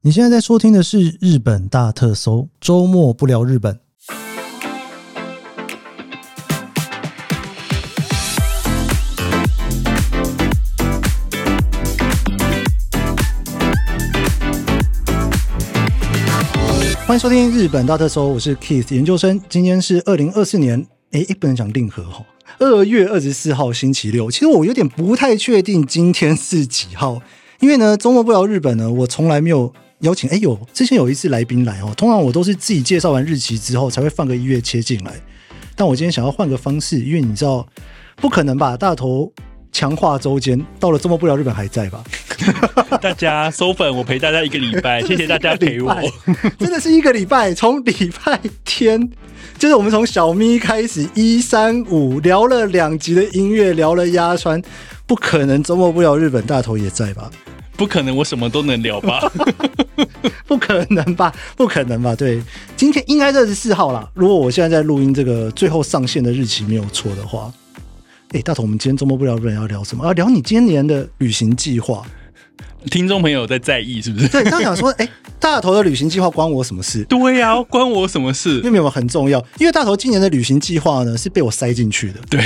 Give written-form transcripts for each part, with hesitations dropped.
你现在在收听的是日本大特搜，周末不聊日本。欢迎收听日本大特搜，我是 Keith 研究生。今天是2024年，不能讲令和2月24号星期六。其实我有点不太确定今天是几号，因为呢，周末不聊日本呢，我从来没有邀请，之前有一次来宾来通常我都是自己介绍完日期之后才会放个音乐切进来，但我今天想要换个方式，因为你知道不可能吧，大头强化周间到了周末不聊日本还在吧？ 大家收粉，我陪大家一个礼拜，谢谢大家陪我。 真的是一个礼拜，从礼拜天，就是我们从小咪开始135聊了2集的音乐，聊了鸭川，不可能周末不聊日本大头也在吧？ 不可能，我什么都能聊吧？ 不可能吧？不可能吧？对，今天应该24号啦。如果我现在在录音这个最后上线的日期没有错的话，大头，我们今天周末不聊日本要聊什么？要聊你今年的旅行计划。 听众朋友在在意是不是？ 对，刚想说，大头的旅行计划关我什么事？ 对啊，关我什么事？ 没有很重要，因为大头今年的旅行计划呢是被我塞进去的。 对。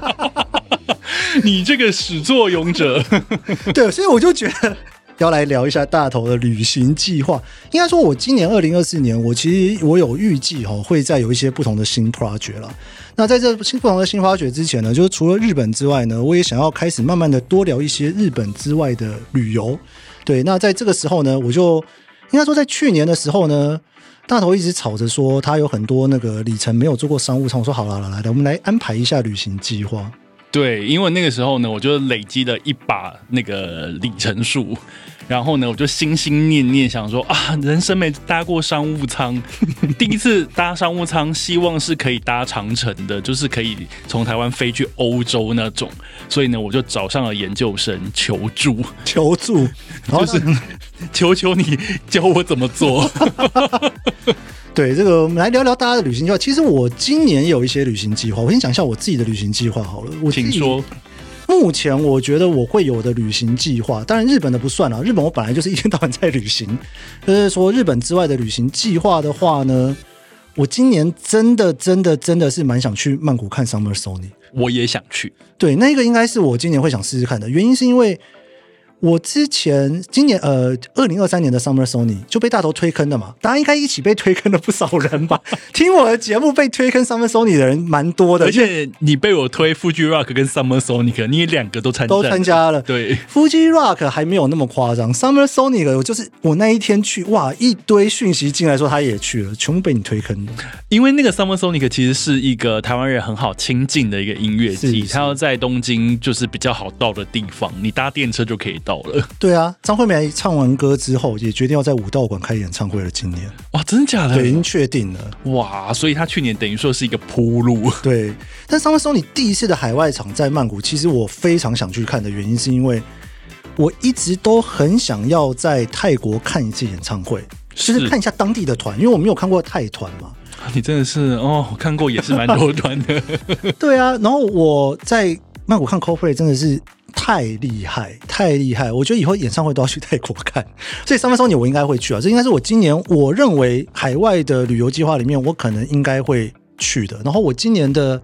你这个始作俑者。 对，所以我就觉得要来聊一下大头的旅行计划。应该说我今年2024年我有预计会再有一些不同的新 project 啦。那在这不同的新 project 之前呢，就是除了日本之外呢，我也想要开始慢慢的多聊一些日本之外的旅游。对，那在这个时候呢，我就应该说在去年的时候呢，大头一直吵着说他有很多那个里程没有做过商务舱，我说好了，来我们来安排一下旅行计划。 对，因为那个时候呢，我就累积了一把那个里程数，然后呢，我就心心念念想说啊，人生没搭过商务舱，第一次搭商务舱，希望是可以搭长程的，就是可以从台湾飞去欧洲那种，所以呢，我就找上了研究生求助，就是求求你教我怎么做。 对，这个我们来聊聊大家的旅行计划。其实我今年也有一些旅行计划，我先讲一下我自己的旅行计划好了。 请说。 目前我觉得我会有的旅行计划，当然日本的不算啦，日本我本来就是一天到晚在旅行。就是说日本之外的旅行计划的话呢，我今年真的是蛮想去曼谷看 Summer Sonic。 我也想去。 对，那个应该是我今年会想试试看的，原因是因为我今年2023年的 Summer Sonic 就被大头推坑的嘛，大家应该一起被推坑了不少人吧？听我的节目被推坑 Summer Sonic 的人蛮多的， 而且你被我推 Fuji Rock 跟 Summer Sonic， 你2个都参加了。对 ，Fuji Rock 还没有那么夸张 ，Summer Sonic 就是我那一天去，哇，一堆讯息进来说他也去了，全部被你推坑的。 因为那个 Summer Sonic 其实是一个台湾人很好亲近的一个音乐季，它要在东京就是比较好到的地方，你搭电车就可以到了。 对啊，张惠妹唱完歌之后也决定要在武道馆开演唱会了，今年。 哇，真的假的？ 对，已经确定了。 哇，所以他去年等于说是一个铺路。 对，但 Summer Sonic 第一次的海外场在曼谷，其实我非常想去看的原因是因为我一直都很想要在泰国看一次演唱会，就是看一下当地的团，因为我没有看过泰团嘛。 你真的是我看过也是蛮多团的。 对啊，然后我在曼谷看 Coldplay 真的是太厉害，我觉得以后演唱会都要去泰国看，所以Summer Sonic我应该会去啊，这应该是我今年我认为海外的旅游计划里面我可能应该会去的。然后我今年的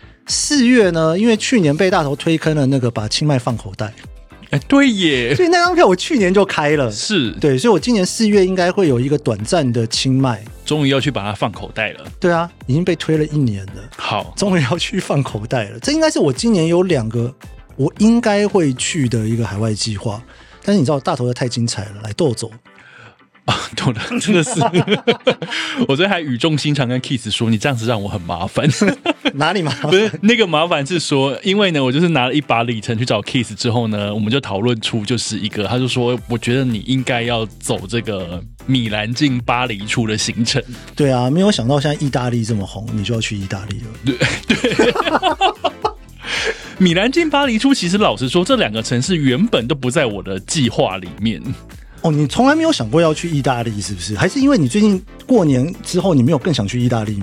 4月呢，因为去年被大头推坑了那个把清迈放口袋， 对耶， 所以那张票我去年就开了， 是对，所以我今年4月应该会有一个短暂的清迈， 终于要去把它放口袋了。 对啊，已经被推了1年了， 好， 终于要去放口袋了。这应该是我今年有2个我应该会去的一个海外计划，但是你知道大头的太精彩了，来豆走啊，懂了，真的是。我昨天还语重心长跟 Keith 说，你这样子让我很麻烦。 哪里麻烦？ 不是那个麻烦是说，因为呢，我就是拿了一把里程去找 Keith 之后呢，我们就讨论出就是一个，他就说，我觉得你应该要走这个米兰进巴黎出的行程。 对啊，没有想到现在意大利这么红，你就要去意大利了。 对。米兰进巴黎出，其实老实说，这2个城市原本都不在我的计划里面。 哦，你从来没有想过要去意大利是不是？还是因为你最近过年之后你没有更想去意大利吗？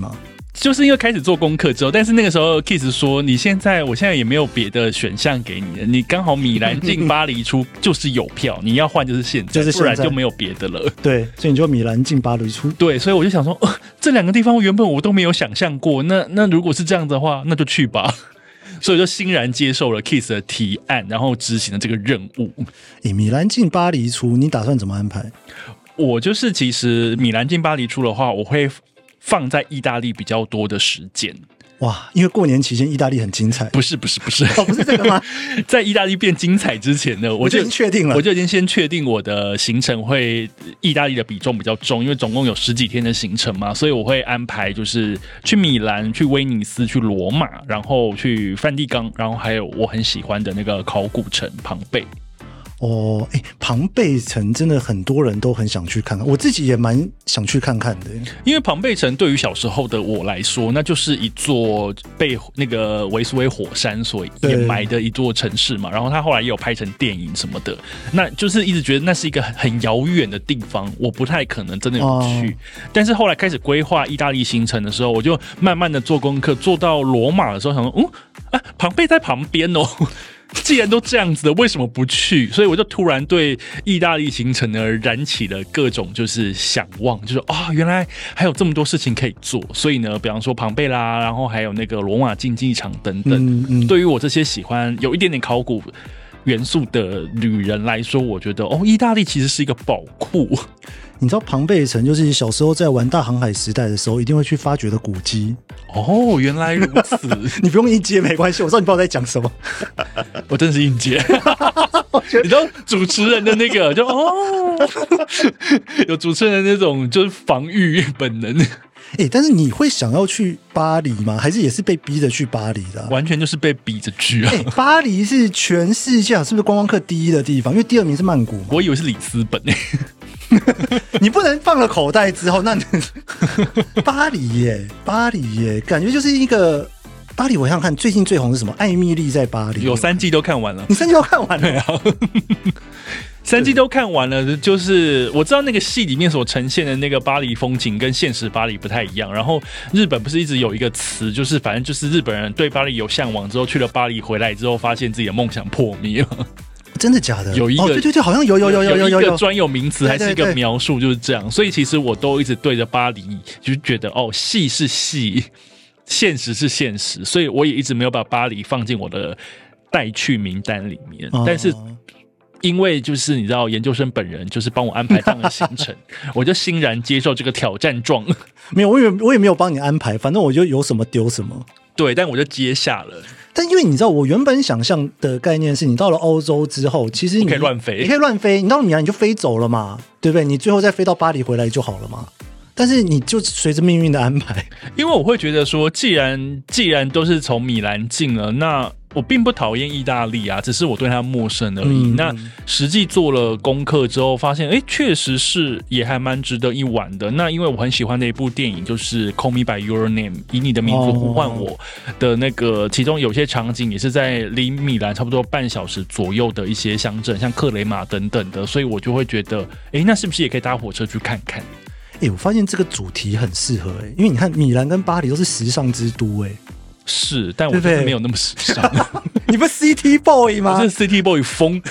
就是因为开始做功课之后，但是那个时候 Kiss 说我现在也没有别的选项给你了，你刚好米兰进巴黎出就是有票，你要换就是现在，不然就没有别的了。 对，所以你就米兰进巴黎出。 对，所以我就想说，这两个地方原本我都没有想象过，那如果是这样的话，那就去吧。所以就欣然接受了 Kiss 的提案，然后执行了这个任务。 米兰进巴黎出，你打算怎么安排？ 我就是其实米兰进巴黎出的话，我会放在意大利比较多的时间。 哇，因为过年期间意大利很精彩。 不是哦，不是这个吗？ 在意大利变精彩之前呢， 我就已经确定了， 我就已经先确定我的行程会意大利的比重比较重，因为总共有10几天的行程嘛，所以我会安排就是去米兰、去威尼斯、去罗马，然后去梵蒂冈，然后还有我很喜欢的那个考古城庞贝。 哦，庞贝城真的很多人都很想去看看，我自己也蛮想去看看的。 因为庞贝城对于小时候的我来说，那就是一座被那个维苏威火山所掩埋的一座城市嘛。然后它后来也有拍成电影什么的，那就是一直觉得那是一个很遥远的地方，我不太可能真的有去。但是后来开始规划意大利行程的时候，我就慢慢的做功课，做到罗马的时候想说，庞贝在旁边哦。既然都这样子的，为什么不去？所以我就突然对意大利行程呢燃起了各种就是想望，就是原来还有这么多事情可以做。所以呢，比方说庞贝啦，然后还有那个罗马竞技场等等。对于我这些喜欢有一点点考古元素的旅人来说，我觉得意大利其实是一个宝库。 你知道庞贝城就是小时候在玩大航海时代的时候一定会去发掘的古迹。 原来如此。 你不用硬接没关系，我知道你不知道在讲什么。 我真是硬接。你知道主持人的那个就有主持人的那种就是防御本能。 但是你会想要去巴黎吗？还是也是被逼着去巴黎的完全就是被逼着去啊。 巴黎是全世界是不是观光客第一的地方？因为第2名是曼谷嘛。 我以为是里斯本。 你不能放了口袋之后，那你巴黎耶，感觉就是一个巴黎。我想想看，最近最红是什么？艾蜜莉在巴黎， 有3季都看完了。 你3季都看完了？ 对啊。3季都看完了，就是我知道那个戏里面所呈现的那个巴黎风景跟现实巴黎不太一样。然后日本不是一直有一个词，就是反正就是日本人对巴黎有向往之后，去了巴黎回来之后，发现自己的梦想破灭了。 真的假的？ 有一个对，好像有一个专有名词还是一个描述，就是这样。所以其实我都一直对着巴黎，就是觉得戏是戏，现实是现实，所以我也一直没有把巴黎放进我的待去名单里面。但是因为就是你知道，研究生本人就是帮我安排这样的行程，我就欣然接受这个挑战状。 没有，我也没有帮你安排，反正我就有什么丢什么。 对，但我就接下了。 但因为你知道，我原本想象的概念是你到了欧洲之后，其实你可以乱飞， 你可以乱飞，你到了米兰你就飞走了嘛，对不对？你最后再飞到巴黎回来就好了嘛。但是你就随着命运的安排， 因为我会觉得说，既然都是从米兰进了，那我并不讨厌意大利啊，只是我对它陌生而已。那实际做了功课之后，发现确实是也还蛮值得一玩的。那因为我很喜欢的一部电影就是《Call Me by Your Name》，以你的名字呼唤我的那个，其中有些场景也是在离米兰差不多半小时左右的一些乡镇，像克雷马等等的，所以我就会觉得，那是不是也可以搭火车去看看？ 我发现这个主题很适合因为你看米兰跟巴黎都是时尚之都是，但我就是没有那么时尚。 你不是 City Boy 吗？ 我是 City Boy 风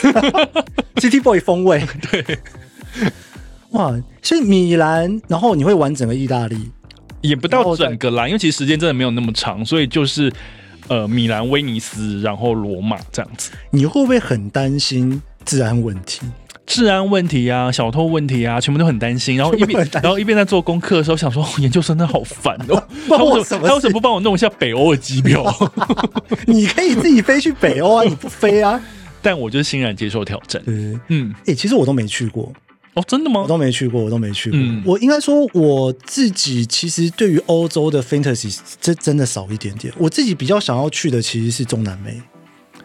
，City Boy 风味。 对， 哇，所以米兰，然后你会玩整个意大利， 也不到整个啦，因为其实时间真的没有那么长，所以就是米兰、威尼斯，然后罗马这样子。 你会不会很担心治安问题？ 治安问题啊，小偷问题啊，全部都很担心。然后一边在做功课的时候，想说研究生真的好烦哦。他为什么不帮我弄一下北欧的机票？ 你可以自己飞去北欧啊，你不飞啊？ 但我就欣然接受挑战。 其实我都没去过。 真的吗？ 我都没去过。我应该说我自己其实对于欧洲的 fantasy 这真的少一点点。我自己比较想要去的其实是中南美。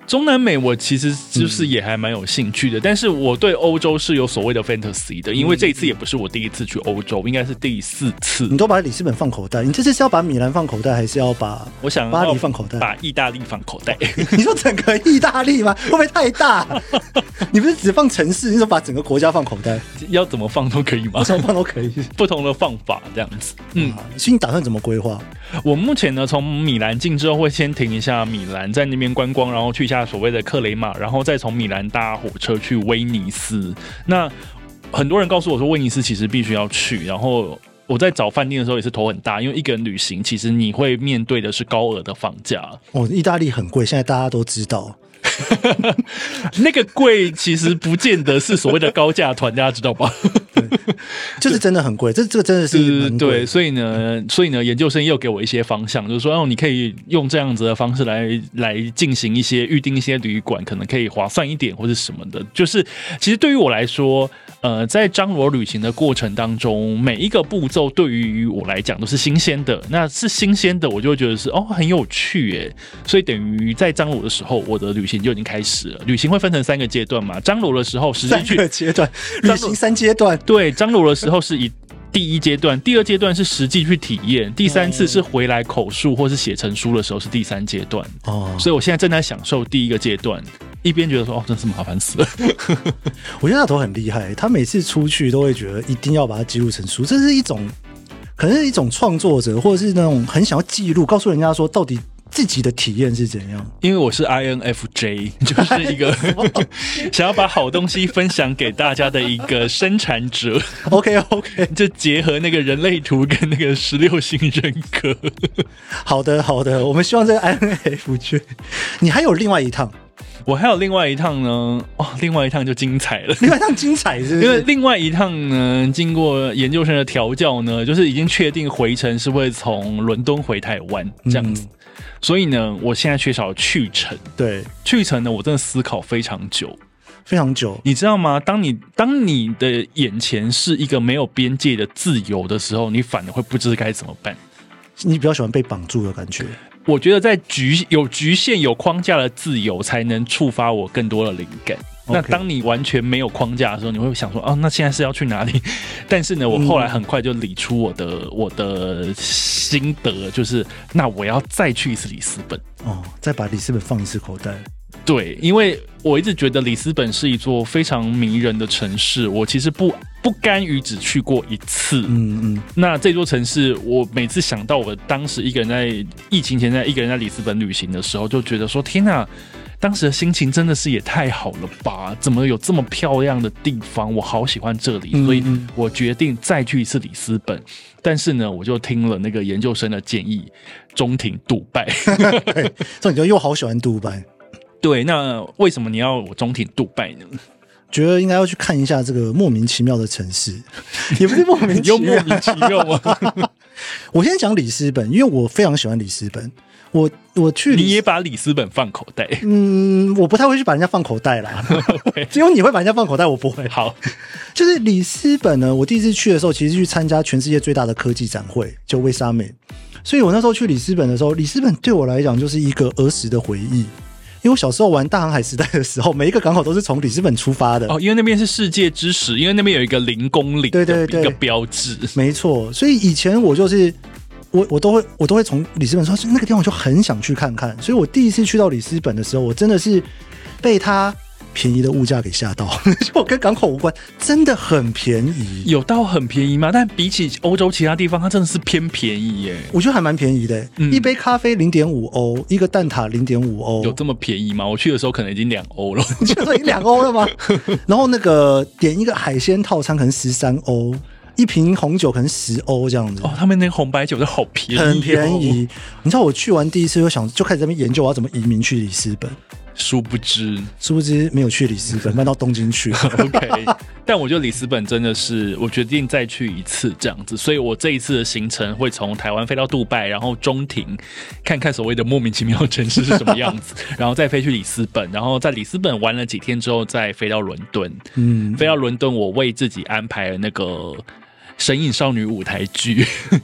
中南美我其实就是也还蛮有兴趣的，但是我对欧洲是有所谓的 fantasy 的，因为这一次也不是我第一次去欧洲，应该是第4次。 你都把里斯本放口袋，你这次是要把米兰放口袋，还是要把巴黎放口袋？ 把意大利放口袋。 你说整个意大利吗？会不会太大？你不是只放城市，你说把整个国家放口袋？ 要怎么放都可以吗？ 怎么放都可以， 不同的放法这样子。 所以你打算怎么规划？ 我目前呢，从米兰进之后会先停一下米兰，在那边观光，然后去一下所谓的克雷马，然后再从米兰搭火车去威尼斯。那很多人告诉我说，威尼斯其实必须要去，然后我在找饭店的时候也是头很大，因为一个人旅行，其实你会面对的是高额的房价。 意大利很贵，现在大家都知道。 那个贵其实不见得是所谓的高价团，大家知道吧？ 就是真的很贵，这个真的是蛮贵。 对，所以呢，研究生又给我一些方向，就是说，你可以用这样子的方式来进行预定一些旅馆，可能可以划算一点或者什么的。就是其实对于我来说，在张罗旅行的过程当中，每一个步骤对于我来讲都是新鲜的。那是新鲜的，我就会觉得是很有趣耶。所以等于在张罗的时候，我的旅行就已经开始了。旅行会分成3个阶段嘛，张罗的时候实际去 3个阶段，旅行3阶段。 对，张罗的时候是以第1阶段，第2阶段是实际去体验，第3次是回来口述或是写成书的时候是第3阶段。所以我现在正在享受第1个阶段，一边觉得说真是麻烦死了。 我觉得大头很厉害，他每次出去都会觉得一定要把它记录成书，这是一种可能是一种创作者，或者是那种很想要记录，告诉人家说到底自己的体验是怎样。 因为我是 INFJ， 就是一个想要把好东西分享给大家的一个生产者。 OK， 就结合那个人类图跟那个16型人格。 好的，我们希望这个 INFJ。你还有另外一趟？ 我还有另外一趟呢，另外一趟就精彩了。 另外一趟精彩是不是？ 因为另外一趟呢，经过研究生的调教呢，就是已经确定回程是会从伦敦回台湾这样子。所以呢，我现在缺少去程。 对， 去程呢，我真的思考非常久， 非常久。 你知道吗？当你的眼前是一个没有边界的自由的时候，你反而会不知该怎么办。 你比较喜欢被绑住的感觉？ 我觉得在有局限、有框架的自由，才能触发我更多的灵感。那当你完全没有框架的时候，你会想说那现在是要去哪里？但是呢，我后来很快就理出我的心得，就是那我要再去一次里斯本。 再把里斯本放一次口袋。 对，因为我一直觉得里斯本是一座非常迷人的城市，我其实不甘于只去过一次。那这座城市，我每次想到我当时一个人在疫情前一个人在里斯本旅行的时候，就觉得说天哪！当时的心情真的是也太好了吧？怎么有这么漂亮的地方？我好喜欢这里，所以我决定再去一次里斯本。但是呢，我就听了那个研究生的建议，中停杜拜。 对，所以你就又好喜欢杜拜。 对，那为什么你要我中停杜拜呢？ 觉得应该要去看一下这个莫名其妙的城市，也不是莫名其妙， 又莫名其妙吗？ 我先讲里斯本，因为我非常喜欢里斯本。我去， 你也把里斯本放口袋？ 我不太会去把人家放口袋啦。只有你会把人家放口袋，我不会。 好， 就是里斯本呢，我第一次去的时候，其实去参加全世界最大的科技展会，就威沙美。所以我那时候去里斯本的时候，里斯本对我来讲就是一个儿时的回忆。因为我小时候玩大航海时代的时候，每一个港口都是从里斯本出发的。 因为那边是世界之始，因为那边有一个0公里的一个标志。 没错，所以以前我就是我都会从里斯本说那个地方我就很想去看看。所以我第一次去到里斯本的时候，我真的是被它便宜的物价给吓到。就跟港口无关，真的很便宜。 有到很便宜吗？但比起欧洲其他地方，它真的是偏便宜耶。 我觉得还蛮便宜的。一杯咖啡0.5欧，一个蛋挞0.5欧。 有这么便宜吗？我去的时候可能已经2欧了。 你去的时候已经2欧了吗？然后那个点一个海鲜套餐可能13欧，一瓶红酒可能10欧这样子。 他们那个红白酒都好便宜， 很便宜。你知道我去完第一次就开始在那边研究我要怎么移民去里斯本。 殊不知没有去里斯本，搬到东京去。 OK， 但我觉得里斯本真的是我决定再去一次这样子，所以我这一次的行程会从台湾飞到杜拜，然后中停看看所谓的莫名其妙的城市是什么样子，然后再飞去里斯本，然后在里斯本玩了几天之后再飞到伦敦。飞到伦敦我为自己安排了那个神隐少女舞台剧。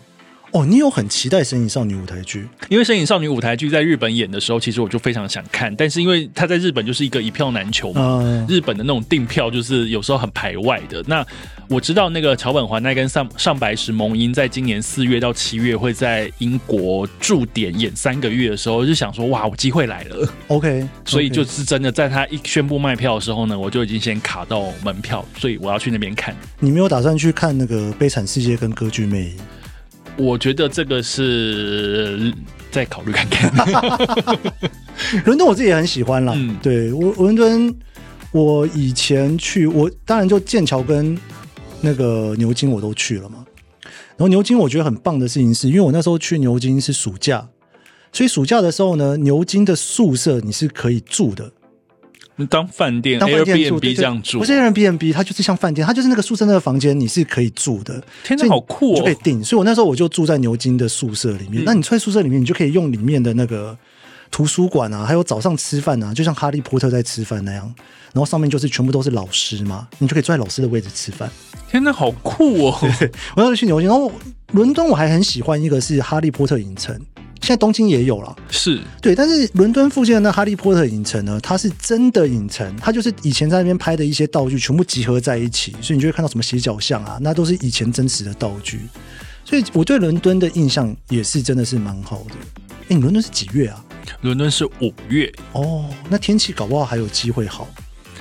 哦，你有很期待《神隐少女》舞台剧？ 因为《神隐少女》舞台剧在日本演的时候，其实我就非常想看，但是因为它在日本就是一个一票难求嘛，日本的那种订票就是有时候很排外的。那我知道那个桥本环奈跟上白石萌音在今年4月到7月会在英国驻点演3个月的时候，就想说哇，我机会来了。 OK， 所以就是真的在他一宣布卖票的时候呢，我就已经先卡到门票，所以我要去那边看。 你没有打算去看那个《悲惨世界》跟《歌剧魅影》？ 我觉得这个是再考虑看看。 伦敦我自己也很喜欢啦，对，伦敦我以前去，我当然就剑桥跟那个牛津我都去了嘛。然后牛津我觉得很棒的事情是，因为我那时候去牛津是暑假，所以暑假的时候呢，牛津的宿舍你是可以住的。 当饭店 Airbnb 这样住， 不是 Airbnb， 它就是像饭店，它就是那个宿舍那个房间你是可以住的。 天哪，好酷哦！ 就可以订，所以我那时候我就住在牛津的宿舍里面。那你住在宿舍里面，你就可以用里面的那个图书馆啊，还有早上吃饭啊，就像哈利波特在吃饭那样。然后上面就是全部都是老师嘛，你就可以坐在老师的位置吃饭。 天哪，好酷哦！ 对，我那时候去牛津，然后伦敦我还很喜欢一个是哈利波特影城。现在东京也有了， 是对，但是伦敦附近的那哈利波特影城呢，它是真的影城，它就是以前在那边拍的一些道具全部集合在一起，所以你就会看到什么斜角巷啊，那都是以前真实的道具，所以我对伦敦的印象也是真的是蛮好的。你伦敦是几月啊？ 伦敦是5月哦，那天气搞不好还有机会好。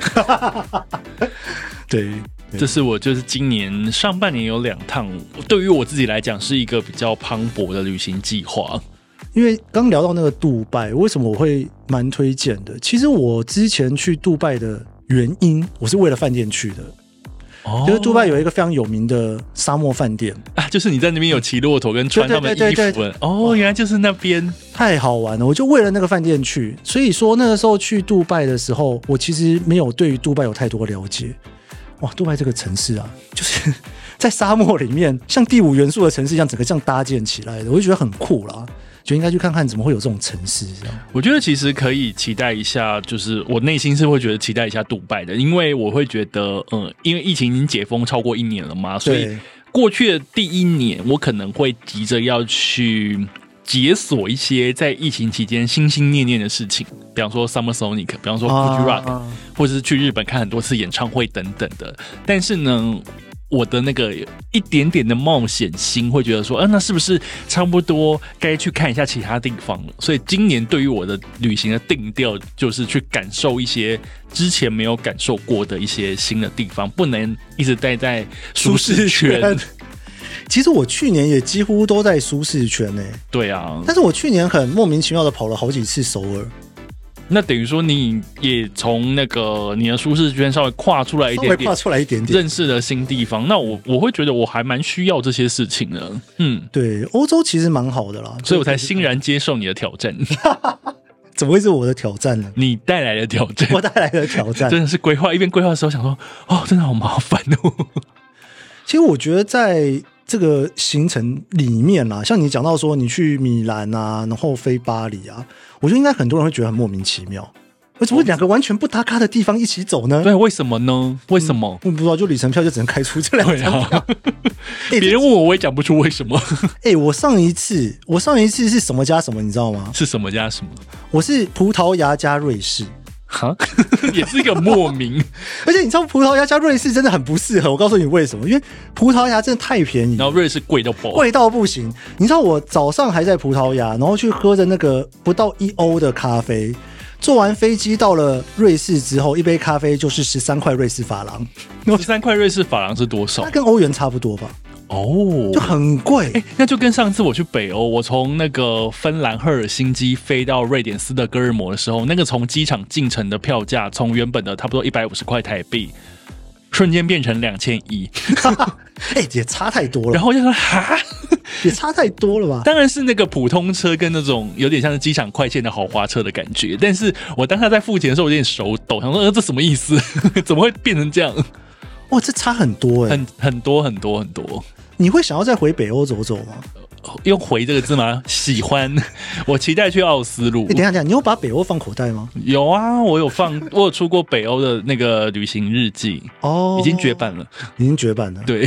对， 这是我就是今年上半年有2趟，对于我自己来讲是一个比较磅礴的旅行计划。 因为刚聊到那个杜拜，为什么我会蛮推荐的？其实我之前去杜拜的原因，我是为了饭店去的。就是杜拜有一个非常有名的沙漠饭店啊，就是你在那边有骑骆驼跟穿他们衣服哦，原来就是那边， 太好玩了！我就为了那个饭店去，所以说那个时候去杜拜的时候，我其实没有对于杜拜有太多了解。哇，杜拜这个城市啊，就是在沙漠里面，像第5元素的城市一样，整个这样搭建起来的，我就觉得很酷啦。就应该去看看怎么会有这种城市这样。 我觉得其实可以期待一下，就是我内心是会觉得期待一下杜拜的，因为我会觉得，因为疫情已经解封超过1年了嘛，所以过去的第1年，我可能会急着要去解锁一些在疫情期间心心念念的事情，比方说 Summer Sonic， 比方说 Fuji Rock，或者是去日本看很多次演唱会等等的。但是呢，我的那个一点点的冒险心会觉得说，那是不是差不多该去看一下其他地方了？所以今年对于我的旅行的定调就是去感受一些之前没有感受过的一些新的地方，不能一直待在舒适圈。 其实我去年也几乎都在舒适圈欸。 对啊， 但是我去年很莫名其妙的跑了好几次首尔。 那等于说你也从那个你的舒适圈稍微跨出来一点点， 跨出来一点点， 认识了新地方。那我会觉得我还蛮需要这些事情的。 对，欧洲其实蛮好的啦， 所以我才欣然接受你的挑战。 怎么会是我的挑战呢？ 你带来的挑战， 我带来的挑战， 真的是规划。一边规划的时候想说，真的好麻烦哦。 其实我觉得在这个行程里面啦，像你讲到说你去米兰啊，然后飞巴黎啊，我觉得应该很多人会觉得很莫名其妙，为什么2个完全不搭嘎的地方一起走呢？ 对，为什么呢？为什么？ 我不知道，就里程票就只能开出这2张票。 别人问我也讲不出为什么。 我上一次是什么加什么，你知道吗？ 是什么加什么？ 我是葡萄牙加瑞士。 哈，也是一个莫名。 而且你知道葡萄牙加瑞士真的很不适合，我告诉你为什么？因为葡萄牙真的太便宜， 然后瑞士贵到爆， 贵到不行。你知道我早上还在葡萄牙，然后去喝着那个不到1欧的咖啡，坐完飞机到了瑞士之后，一杯咖啡就是13块瑞士法郎。 13块瑞士法郎是多少？ 那跟欧元差不多吧。就很贵。 那就跟上次我去北欧，我从那个芬兰赫尔辛基飞到瑞典斯德哥尔摩的时候，那个从机场进城的票价从原本的差不多150块台币瞬间变成2100。 也差太多了。 然后就说哈， 也差太多了吧？ 当然是那个普通车跟那种有点像是机场快线的豪华车的感觉，但是我当下在付钱的时候有点手抖，想说这什么意思？怎么会变成这样？ 哇，这差很多很多很多很多。 你会想要再回北欧走走吗？ 用回这个字吗？喜欢。我期待去奥斯陆。 等一下，你有把北欧放口袋吗？ 有啊，我有出过北欧的那个旅行日记。已经绝版了。 已经绝版了。 对，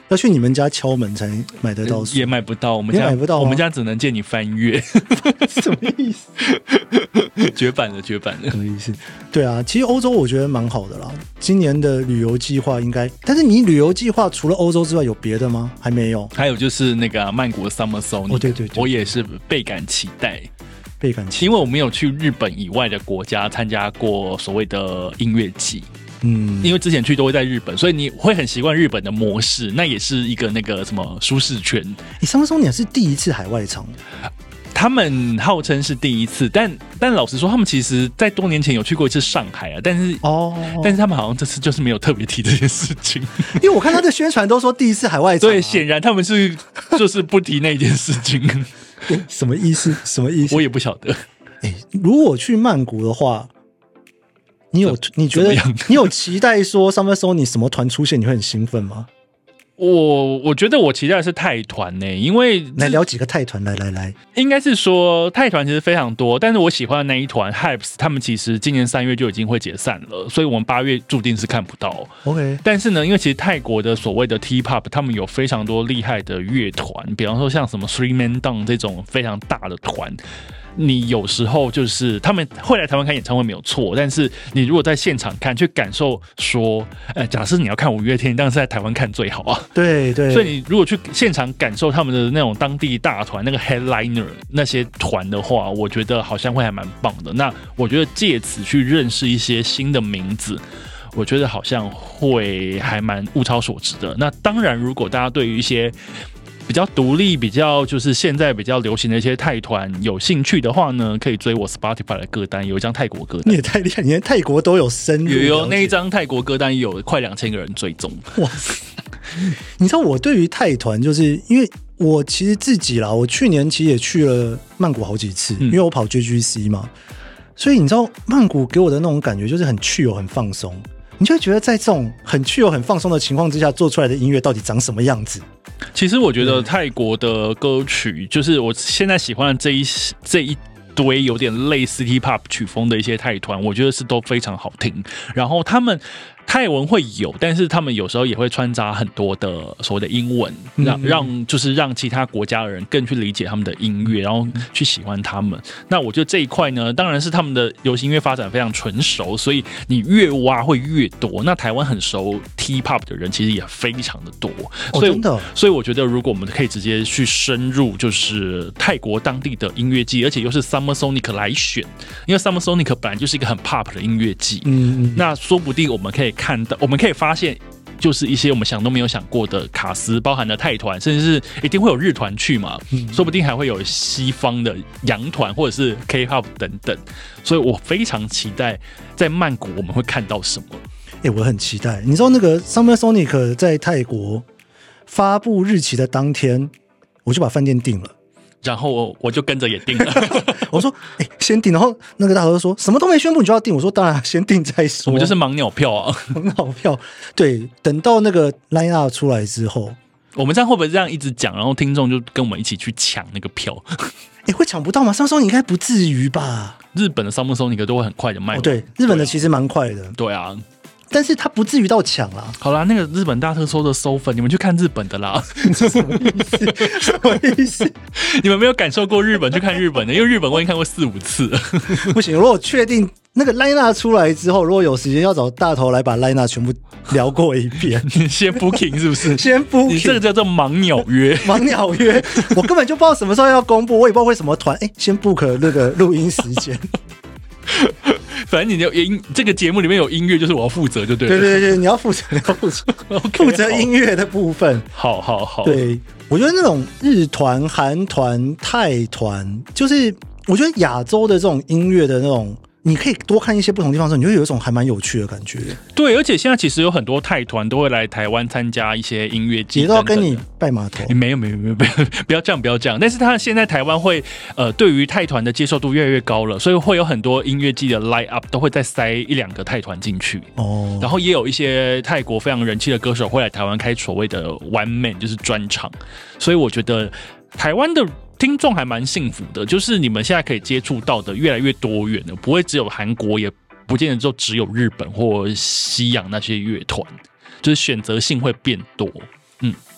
要去你们家敲门才买得到书， 也买不到。我们家也买不到吗， 我们家只能借你翻阅。 什么意思？ 绝版了，绝版了。 什么意思？对啊，其实欧洲我觉得蛮好的啦。今年的旅游计划应该，但是你旅游计划除了欧洲之外有别的吗？还没有。 还有就是那个曼谷的 Summer Sonic， 对， 我也是倍感期待。 倍感期待， 因为我没有去日本以外的国家参加过所谓的音乐季。因为之前去都会在日本，所以你会很习惯日本的模式，那也是一个那个什么舒适圈。 你Summer Sonic是第一次海外场， 他们号称是第一次，但老实说，他们其实在多年前有去过一次上海啊，但是他们好像这次就是没有特别提这件事情， 因为我看他的宣传都说第一次海外场， 对，显然他们就是不提那件事情。 什么意思？什么意思？ 我也不晓得。 如果去曼谷的话，你觉得你有期待说 Summer Sonic 什么团出现，你会很兴奋吗？ 我觉得我期待的是泰团呢，因为来聊几个泰团，来， 应该是说泰团其实非常多，但是我喜欢的那一团 Hypes， 他们其实今年3月就已经会解散了，所以我们8月注定是看不到。 OK， 但是呢，因为其实泰国的所谓的 T-pop， 他们有非常多厉害的乐团，比方说像什么 Three Man Down 这种非常大的团。你有时候就是他们会来台湾开演唱会没有错，但是你如果在现场看，去感受说，假设你要看五月天，当然是在台湾看最好啊。 对， 所以你如果去现场感受他们的那种当地大团那个 headliner 那些团的话，我觉得好像会还蛮棒的。那我觉得借此去认识一些新的名字，我觉得好像会还蛮物超所值的。那当然，如果大家对于一些比较独立、比较就是现在比较流行的一些泰团有兴趣的话呢，可以追我 Spotify 的歌单，有一张泰国歌单。 你也太厉害，你连泰国都有深入。 有那一张泰国歌单有快2000个人追踪。 哇塞！你知道我对于泰团，就是因为我其实自己啦，我去年其实也去了曼谷好几次，因为我跑 JGC 嘛，所以你知道曼谷给我的那种感觉就是很去油、很放松。你就会觉得在这种很去油、很放松的情况之下做出来的音乐到底长什么样子？ 其实我觉得泰国的歌曲，就是我现在喜欢的这一堆有点类 City Pop 曲风的一些泰团，我觉得是都非常好听。然后他们泰文会有，但是他们有时候也会穿插很多的所谓的英文，让其他国家的人更去理解他们的音乐，然后去喜欢他们。那我觉得这一块呢，当然是他们的流行音乐发展非常成熟，所以你越挖会越多。那台湾很熟 T-pop 的人其实也非常的多，所以我觉得如果我们可以直接去深入就是泰国当地的音乐季，而且又是 Summer Sonic 来选，因为 Summer Sonic 本来就是一个很 pop 的音乐季，那说不定我们可以发现，就是一些我们想都没有想过的卡司，包含了泰团，甚至是一定会有日团去嘛，说不定还会有西方的洋团或者是 K-pop 等等，所以我非常期待在曼谷我们会看到什么。 我很期待。你知道那个 Summer Sonic 在泰国发布日期的当天，我就把饭店订了。 然后我就跟着也订了。 我说先订，然后那个大头说什么都没宣布你就要订，我说当然先订再说。 我们就是盲鸟票啊。 盲鸟票。对，等到那个 line up 出来之后， 我们这样会不会这样一直讲，然后听众就跟我们一起去抢那个票？ 会抢不到吗？Summer Sonic 应该不至于吧？ 日本的 Summer Sonic 都会很快的卖完。 对，日本的其实蛮快的。 对啊。 但是他不至于到抢啦。 好啦，那个日本大特搜的收粉，你们去看日本的啦。 什么意思？什么意思？ 你们没有感受过日本，去看日本的，因为日本我已经看过4-5次了。 不行，如果确定那个 line-up 出来之后，如果有时间要找大头来把 line-up 全部聊过一遍。 你先 booking 是不是？ 先 booking， 你这个叫做盲鸟约。 盲鸟约，我根本就不知道什么时候要公布，我也不知道会什么团。先 book 那个录音时间。 反正你的这个节目里面有音乐，就是我要负责，就对了。 对，你要负责负责音乐的部分。 好。 对，我觉得那种日团、韩团、泰团，就是我觉得亚洲的这种音乐的那种，你可以多看一些不同地方的时候，你会有一种还蛮有趣的感觉。 对，而且现在其实有很多泰团都会来台湾参加一些音乐季， 也都要跟你拜码头。 没有，不要这样。但是他现在台湾会对于泰团的接受度越来越高了，所以会有很多音乐季的 line up 都会再塞1-2个泰团进去。然后也有一些泰国非常人气的歌手会来台湾开所谓的 one man， 就是专场。所以我觉得台湾的听众还蛮幸福的，就是你们现在可以接触到的越来越多元了，不会只有韩国，也不见得就只有日本或西洋那些乐团，就是选择性会变多。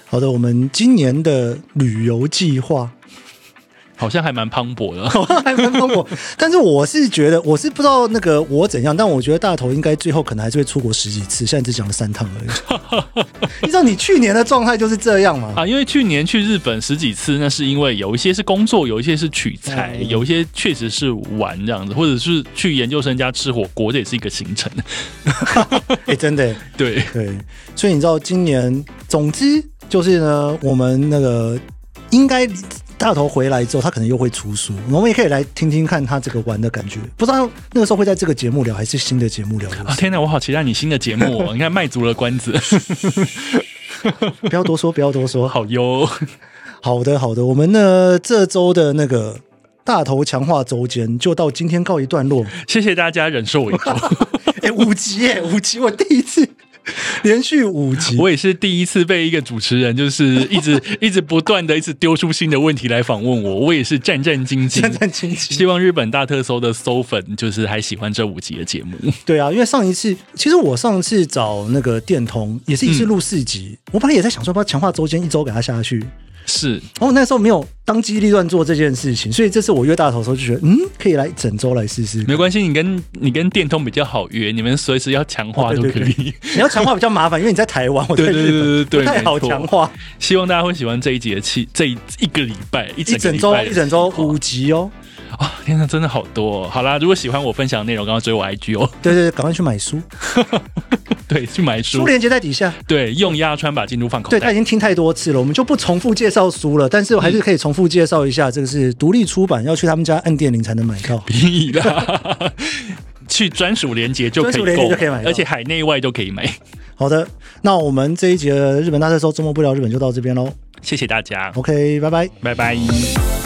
好的，我们今年的旅游计划好像还蛮磅礴的， 还蛮磅礴。但是我是觉得，我是不知道那个我怎样，但我觉得大头应该最后可能还是会出国10几次，现在只讲了3趟而已。你知道你去年的状态就是这样吗？ 因为去年去日本10几次，那是因为有一些是工作，有一些是取材，有一些确实是玩这样子，或者是去研究生家吃火锅，这也是一个行程。 真的对， 所以你知道今年，总之就是呢，我们那个应该。大头回来之后，他可能又会出书，我们也可以来听听看他这个玩的感觉。不知道那个时候会在这个节目聊，还是新的节目聊？ 天哪，我好期待你新的节目哦！你看卖足了关子， 不要多说，不要多说。 好哟， 好的，我们呢这周的那个大头强化周间就到今天告一段落。 谢谢大家忍受我一周。 5集耶，5集，我第一次。连续5集， 我也是第一次被一个主持人就是一直不断的一直丢出新的问题来访问我，我也是战战兢兢。希望日本大特搜的搜粉就是还喜欢这5集的节目。 对啊，因为上一次其实我上次找那个电通也是一次录4集，我本来也在想说要不要强化周间1周给他下去。 是， 我那时候没有当机立断做这件事情，所以这次我约大头的时候就觉得，可以来整周来试试。 没关系，你跟电通比较好约，你们随时要强化都可以。对， 你要强化比较麻烦，因为你在台湾，我在日本，对，不太好强化。 希望大家会喜欢这一集的这一个礼拜，一整周 5集哦。 天哪，真的好多哦。好啦，如果喜欢我分享的内容，赶快追我 IG 哦。 对，赶快去买书。 对，去买书， 书链接在底下。 对，用压穿把进度放口袋。 对，他已经听太多次了，我们就不重复介绍书了，但是我还是可以重复介绍一下，这个是独立出版，要去他们家按电铃才能买到。 屁啦，去专属连结就可以买，而且海内外都可以买。 好的，那我们这一集的日本大特搜周末不聊日本就到这边咯， 谢谢大家。 OK， 拜拜。